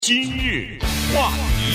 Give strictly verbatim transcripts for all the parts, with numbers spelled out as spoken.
今日话题，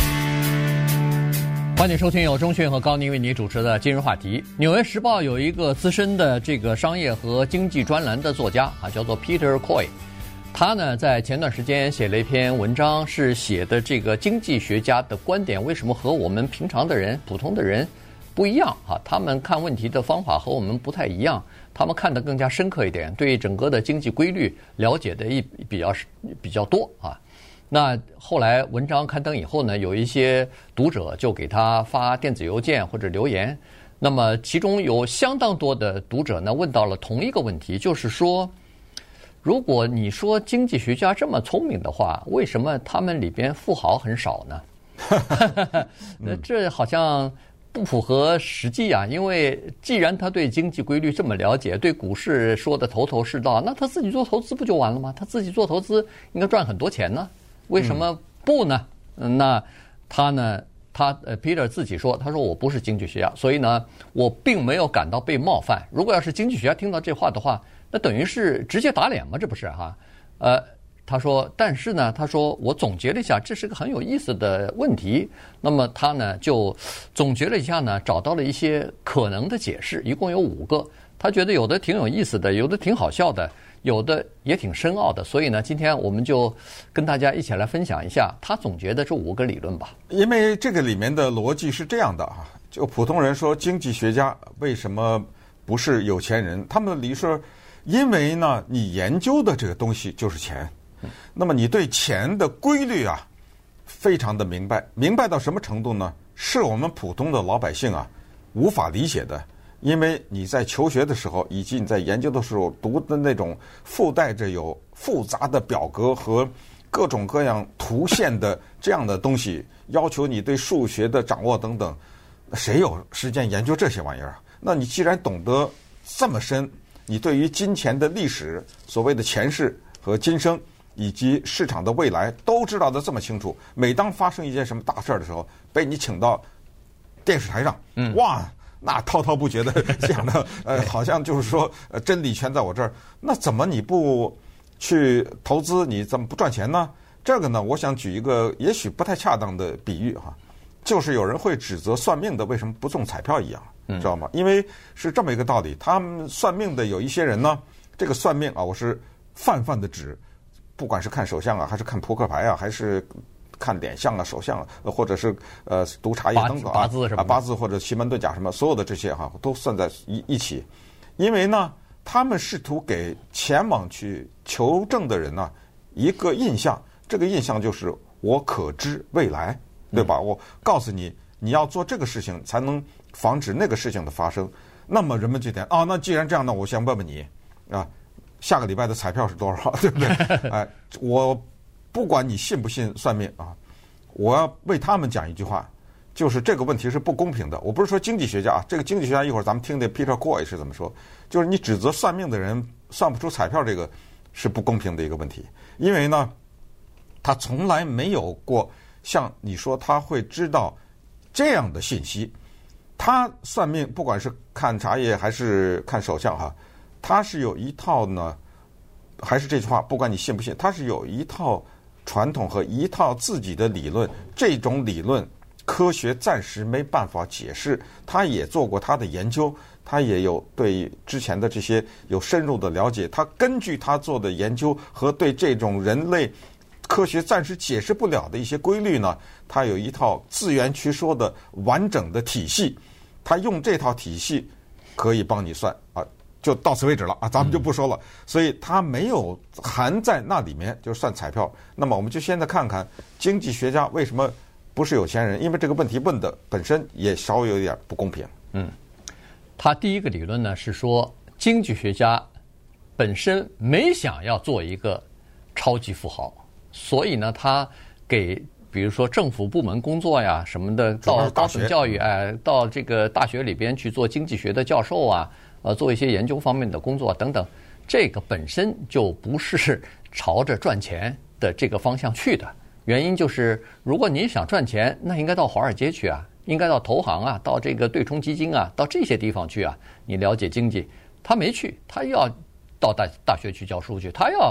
欢迎收听由钟讯和高宁为你主持的今日话题。纽约时报有一个资深的这个商业和经济专栏的作家啊，叫做 Peter Coy。他呢在前段时间写了一篇文章，是写的这个经济学家的观点为什么和我们平常的人、普通的人不一样啊？他们看问题的方法和我们不太一样，他们看得更加深刻一点，对整个的经济规律了解的一比较比较多啊。那后来文章刊登以后呢，有一些读者就给他发电子邮件或者留言。那么其中有相当多的读者呢问到了同一个问题，就是说，如果你说经济学家这么聪明的话，为什么他们里边富豪很少呢？那这好像不符合实际啊，因为既然他对经济规律这么了解，对股市说的头头是道，那他自己做投资不就完了吗？他自己做投资应该赚很多钱呢。为什么不呢？嗯、那他呢？他呃，Peter 自己说，他说我不是经济学家，所以呢，我并没有感到被冒犯。如果要是经济学家听到这话的话，那等于是直接打脸嘛，这不是哈？呃，他说，但是呢，他说我总结了一下，这是个很有意思的问题。那么他呢就总结了一下呢，找到了一些可能的解释，一共有五个。他觉得有的挺有意思的，有的挺好笑的，有的也挺深奥的，所以呢，今天我们就跟大家一起来分享一下他总结的这五个理论吧。 因为这个里面的逻辑是这样的啊，就普通人说经济学家为什么不是有钱人？他们的理由是，因为呢，你研究的这个东西就是钱，那么你对钱的规律啊，非常的明白，明白到什么程度呢？是我们普通的老百姓啊无法理解的。因为你在求学的时候，以及你在研究的时候读的那种附带着有复杂的表格和各种各样图线的这样的东西，要求你对数学的掌握等等，谁有时间研究这些玩意儿啊？那你既然懂得这么深，你对于金钱的历史、所谓的前世和今生，以及市场的未来都知道得这么清楚，每当发生一件什么大事儿的时候，被你请到电视台上，嗯，哇！那滔滔不绝的讲的，呃，好像就是说，呃，真理全在我这儿。那怎么你不去投资？你怎么不赚钱呢？这个呢，我想举一个也许不太恰当的比喻哈，就是有人会指责算命的为什么不中彩票一样，知道吗？因为是这么一个道理，他们算命的有一些人呢，这个算命啊，我是泛泛的指，不管是看手相啊，还是看扑克牌啊，还是看脸相啊、手相啊，或者是呃读茶叶等等啊， 八字什么啊，八字或者奇门遁甲什么，所有的这些哈、啊、都算在一一起。因为呢，他们试图给前往去求证的人呢、啊、一个印象，这个印象就是我可知未来，对吧？嗯、我告诉你，你要做这个事情才能防止那个事情的发生。那么人们就点啊，那既然这样，那我先问问你啊，下个礼拜的彩票是多少，对不对？哎，我。不管你信不信算命啊，我要为他们讲一句话，就是这个问题是不公平的。我不是说经济学家啊，这个经济学家一会儿咱们听的 Peter Coy 是怎么说，就是你指责算命的人算不出彩票，这个是不公平的一个问题。因为呢，他从来没有过像你说他会知道这样的信息。他算命，不管是看茶叶还是看手相哈，他是有一套呢，还是这句话，不管你信不信，他是有一套传统和一套自己的理论，这种理论科学暂时没办法解释。他也做过他的研究，他也有对之前的这些有深入的了解。他根据他做的研究和对这种人类科学暂时解释不了的一些规律呢，他有一套自圆其说的完整的体系。他用这套体系可以帮你算啊。就到此为止了啊，咱们就不说了。所以它没有含在那里面，就是算彩票。那么我们就现在看看经济学家为什么不是有钱人，因为这个问题问的本身也稍微有点不公平。 嗯，他第一个理论呢是说，经济学家本身没想要做一个超级富豪，所以呢，他给比如说政府部门工作呀什么的，到高等教育哎，到这个大学里边去做经济学的教授啊。呃，做一些研究方面的工作等等，这个本身就不是朝着赚钱的这个方向去的。原因就是，如果你想赚钱，那应该到华尔街去啊，应该到投行啊，到这个对冲基金啊，到这些地方去啊。你了解经济，他没去，他要到大大学去教书去，他要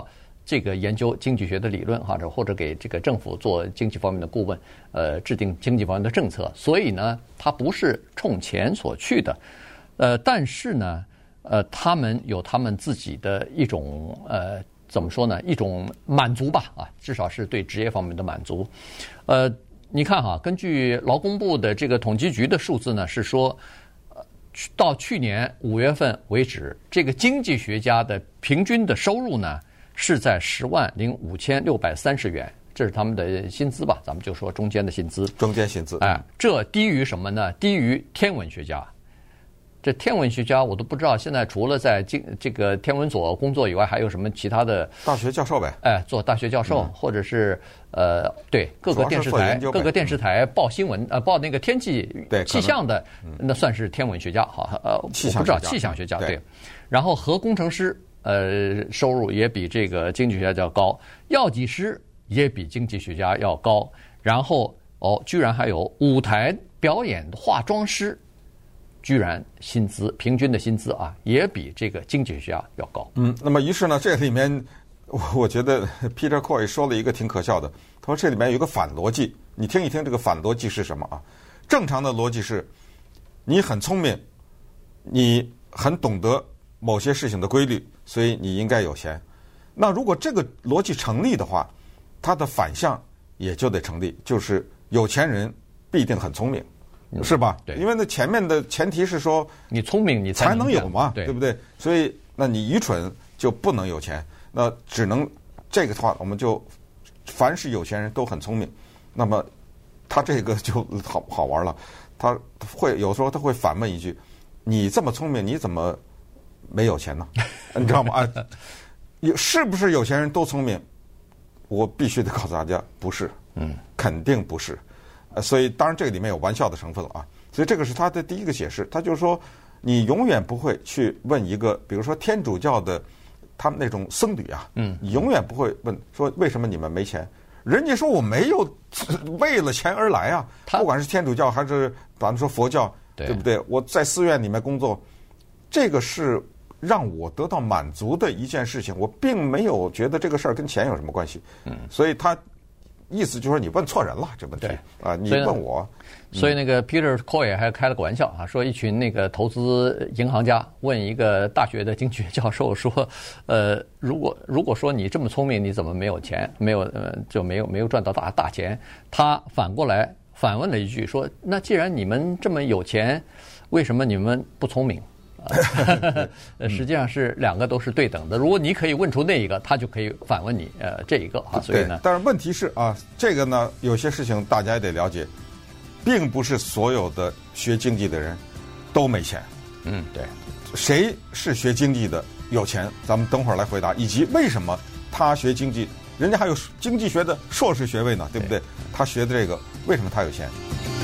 这个研究经济学的理论哈，或者给这个政府做经济方面的顾问，呃，制定经济方面的政策，所以呢，他不是冲钱所去的，呃，但是呢，呃，他们有他们自己的一种呃，怎么说呢，一种满足吧，啊，至少是对职业方面的满足。呃，你看哈，根据劳工部的这个统计局的数字呢，是说，到去年五月份为止，这个经济学家的平均的收入呢，是在十万零五千六百三十元，这是他们的薪资吧？咱们就说中间的薪资。 中间薪资。 哎，这低于什么呢？低于天文学家。这天文学家我都不知道，现在除了在这这个天文所工作以外，还有什么其他的？ 大学教授呗。 哎，做大学教授，嗯、或者是呃，对各个电视台、各个电视台报新闻呃报那个天气气象的，那算是天文学家哈。呃，我不知道气象学家 对, 对。然后核工程师呃收入也比这个经济学家要高，药剂师也比经济学家要高，然后哦，居然还有舞台表演的化妆师。居然薪资平均的薪资啊，也比这个经济学家要高。 嗯，那么于是呢，这里面我我觉得 Peter Coy 说了一个挺可笑的，他说这里面有一个反逻辑，你听一听这个反逻辑是什么啊？正常的逻辑是，你很聪明，你很懂得某些事情的规律，所以你应该有钱。那如果这个逻辑成立的话，它的反向也就得成立，就是有钱人必定很聪明。是吧？ 对， 因为那前面的前提是说你聪明，你才能有嘛， 对不对？所以那你愚蠢就不能有钱，那只能这个的话，我们就凡是有钱人都很聪明。那么他这个就好好玩了，他会有时候他会反问一句：“你这么聪明，你怎么没有钱呢？”你知道吗？啊，是不是有钱人都聪明？我必须得告诉大家，不是，嗯，肯定不是。呃，所以当然这个里面有玩笑的成分了啊，所以这个是他的第一个解释，他就是说，你永远不会去问一个，比如说天主教的他们那种僧侣啊，嗯，你永远不会问说为什么你们没钱，人家说我没有为了钱而来啊，不管是天主教还是咱们说佛教，对, 对不对？我在寺院里面工作，这个是让我得到满足的一件事情，我并没有觉得这个事儿跟钱有什么关系，嗯，所以他。意思就是说你问错人了，这问题啊，你问我， 所以那个 Peter Coy 还开了个玩笑啊，说一群那个投资银行家问一个大学的经济学教授说，呃，如果如果说你这么聪明，你怎么没有钱？没有呃就没有没有赚到大大钱？他反过来反问了一句说，那既然你们这么有钱，为什么你们不聪明？呃，实际上是两个都是对等的。如果你可以问出那一个，他就可以反问你呃这一个啊。所以呢， 但是问题是啊，这个呢有些事情大家也得了解，并不是所有的学经济的人都没钱。 嗯，对。 谁是学经济的有钱？咱们等会儿来回答，以及为什么他学经济，人家还有经济学的硕士学位呢，对不对？对，他学的这个为什么他有钱？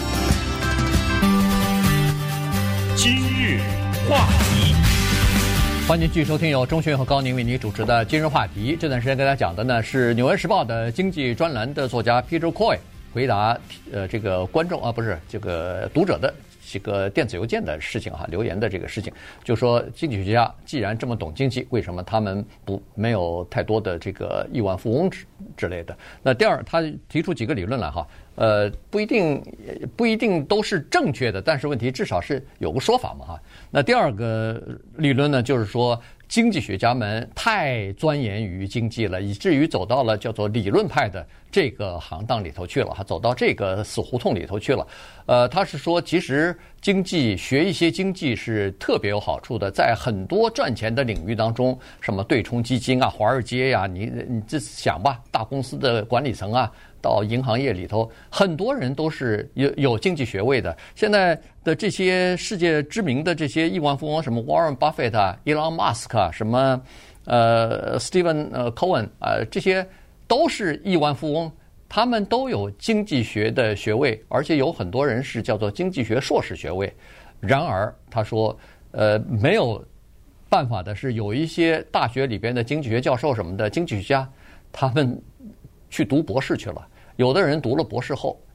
今日话题， 欢迎继续收听由钟迅和高宁为你主持的今日话题。这段时间跟大家讲的呢是《纽约时报》的经济专栏的作家 Peter Coy 回答呃这个观众啊不是这个读者的这个电子邮件的事情哈，留言的这个事情，就说经济学家既然这么懂经济，为什么他们不没有太多的这个亿万富翁之之类的？那第二，他提出几个理论来哈。呃，不一定不一定都是正确的，但是问题至少是有个说法嘛哈。那第二个理论呢，就是说经济学家们太钻研于经济了，以至于走到了叫做理论派的这个行当里头去了哈，走到这个死胡同里头去了。呃，他是说，其实经济学一些经济是特别有好处的，在很多赚钱的领域当中，什么对冲基金啊、华尔街呀、啊，你你这想吧，大公司的管理层啊。到银行业里头，很多人都是有有经济学位的。现在的这些世界知名的这些亿万富翁，什么 Warren Buffett 啊、Elon Musk 啊，什么呃 Stephen 呃 Cohen 啊，这些都是亿万富翁，他们都有经济学的学位，而且有很多人是叫做经济学硕士学位。然而，他说，呃，没有办法的是，有一些大学里边的经济学教授什么的经济学家，他们去读博士去了，有的人读了博士后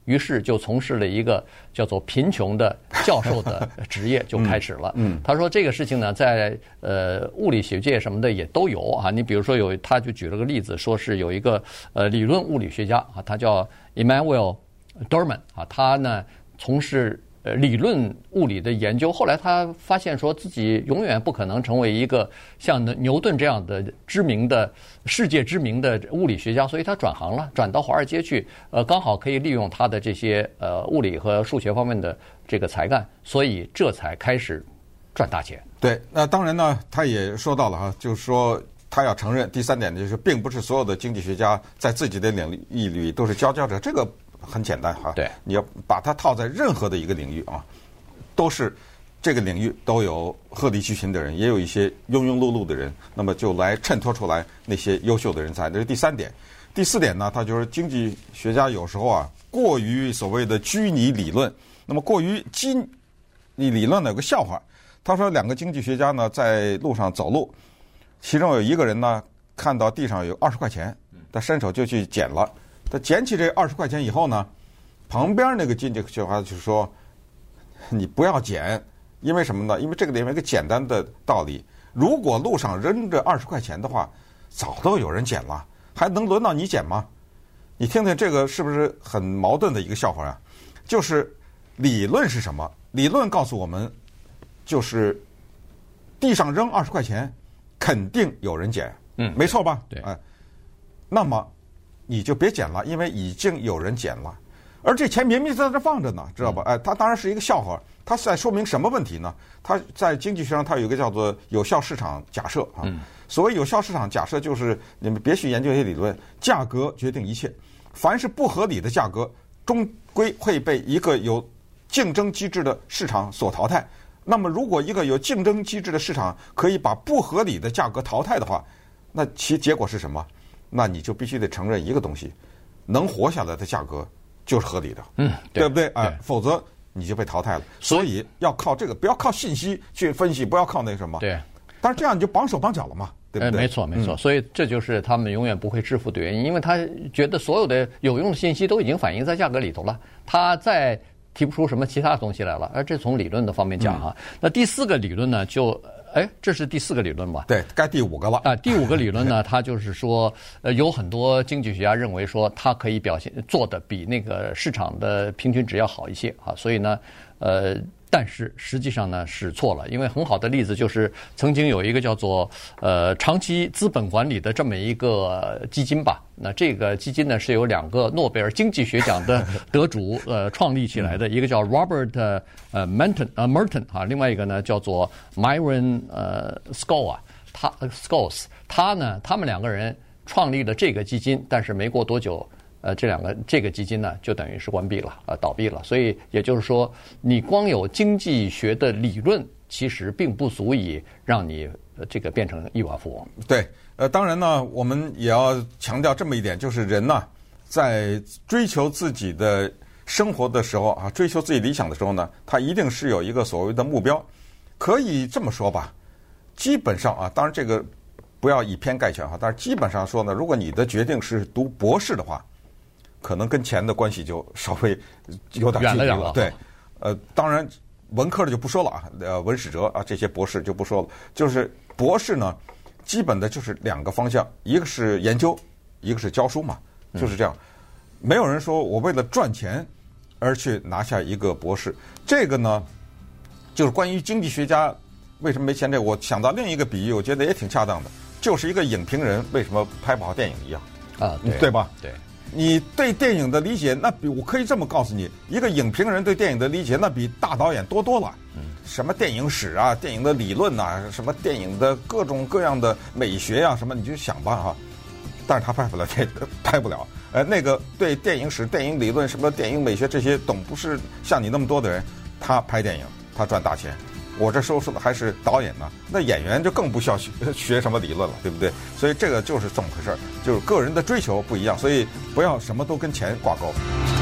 于是就从事了一个叫做贫穷的教授的职业，就开始了。嗯，他说这个事情呢，在呃物理学界什么的也都有啊。你比如说有，他就举了个例子，说是有一个呃理论物理学家啊，他叫 Emmanuel Derman 啊，他呢从事呃理论物理的研究，后来他发现说自己永远不可能成为一个像牛顿这样的知名的世界知名的物理学家，所以他转行了，转到华尔街去，呃，刚好可以利用他的这些呃物理和数学方面的这个才干，所以这才开始赚大钱。 对，那当然呢，他也说到了哈，就是说他要承认第三点，就是并不是所有的经济学家在自己的领域里都是佼佼者，这个很简单哈。 对， 你要把它套在任何的一个领域啊，都是这个领域都有鹤立鸡群的人，也有一些庸庸碌碌的人，那么就来衬托出来那些优秀的人才。这是第三点。第四点呢，他就是经济学家有时候啊过于所谓的拘泥理论。那么过于拘泥理论呢，有个笑话。他说两个经济学家呢在路上走路，其中有一个人呢看到地上有二十块钱，他伸手就去捡了。他捡起这二十块钱以后呢，旁边那个经济学家就说：“你不要捡，因为什么呢？因为这个里面有一个简单的道理，如果路上扔着二十块钱的话，早都有人捡了，还能轮到你捡吗？”你听听这个是不是很矛盾的一个笑话啊？就是理论是什么？理论告诉我们，就是地上扔二十块钱，肯定有人捡， 嗯， 没错吧？ 对， 哎，那么你就别捡了，因为已经有人捡了，而这钱明明在这放着呢，知道吧？哎，它当然是一个笑话，它在说明什么问题呢？它在经济学上它有一个叫做有效市场假设啊。所谓有效市场假设，就是你们别去研究一些理论，价格决定一切，凡是不合理的价格，终归会被一个有竞争机制的市场所淘汰。那么，如果一个有竞争机制的市场可以把不合理的价格淘汰的话，那其结果是什么？那你就必须得承认一个东西，能活下来的价格就是合理的， 嗯， 对, 对不对？哎，否则你就被淘汰了。所以要靠这个，不要靠信息去分析，不要靠那什么。 对， 但是这样你就绑手绑脚了嘛，对不对？ 呃、没错，没错、嗯。所以这就是他们永远不会致富的原因，因为他觉得所有的有用的信息都已经反映在价格里头了，他再提不出什么其他的东西来了。而这从理论的方面讲哈、嗯，那第四个理论呢，就。哎，这是第四个理论吧？ 对，该第五个了啊。第五个理论呢，它就是说，呃，有很多经济学家认为说，它可以表现做的比那个市场的平均值要好一些啊。所以呢，呃，但是实际上呢是错了，因为很好的例子就是曾经有一个叫做呃长期资本管理的这么一个基金吧。那这个基金呢是由两个诺贝尔经济学奖的得主呃创立起来的，一个叫 Robert 呃 Merton 呃 Merton 啊，另外一个呢叫做 Myron 呃 Scholes 啊，他 Scholes 他呢他们两个人创立了这个基金，但是没过多久。呃，这两个这个基金呢，就等于是关闭了，呃，倒闭了。所以也就是说，你光有经济学的理论，其实并不足以让你呃这个变成亿万富翁。 对，呃，当然呢，我们也要强调这么一点，就是人呢，在追求自己的生活的时候啊，追求自己理想的时候呢，他一定是有一个所谓的目标。可以这么说吧，基本上啊，当然这个不要以偏概全哈，但是基本上说呢，如果你的决定是读博士的话，可能跟钱的关系就稍微有点距离了。对，呃，当然文科的就不说了啊，呃，文史哲啊这些博士就不说了。就是博士呢，基本的就是两个方向，一个是研究，一个是教书嘛，就是这样。没有人说我为了赚钱而去拿下一个博士。这个呢，就是关于经济学家为什么没钱这个，我想到另一个比喻，我觉得也挺恰当的，就是一个影评人为什么拍不好电影一样啊，对， 对吧？ 对。 你对电影的理解，那比我可以这么告诉你，一个影评人对电影的理解，那比大导演多多了。嗯，什么电影史啊，电影的理论呐、啊，什么电影的各种各样的美学呀、啊，什么你就想吧哈。但是他拍不了这个，拍不了。呃，那个对电影史、电影理论、什么电影美学这些懂不是像你那么多的人，他拍电影，他赚大钱。我这说说的还是导演呢，那演员就更不需要学学什么理论了，对不对？所以这个就是这么回事儿，就是个人的追求不一样，所以不要什么都跟钱挂钩。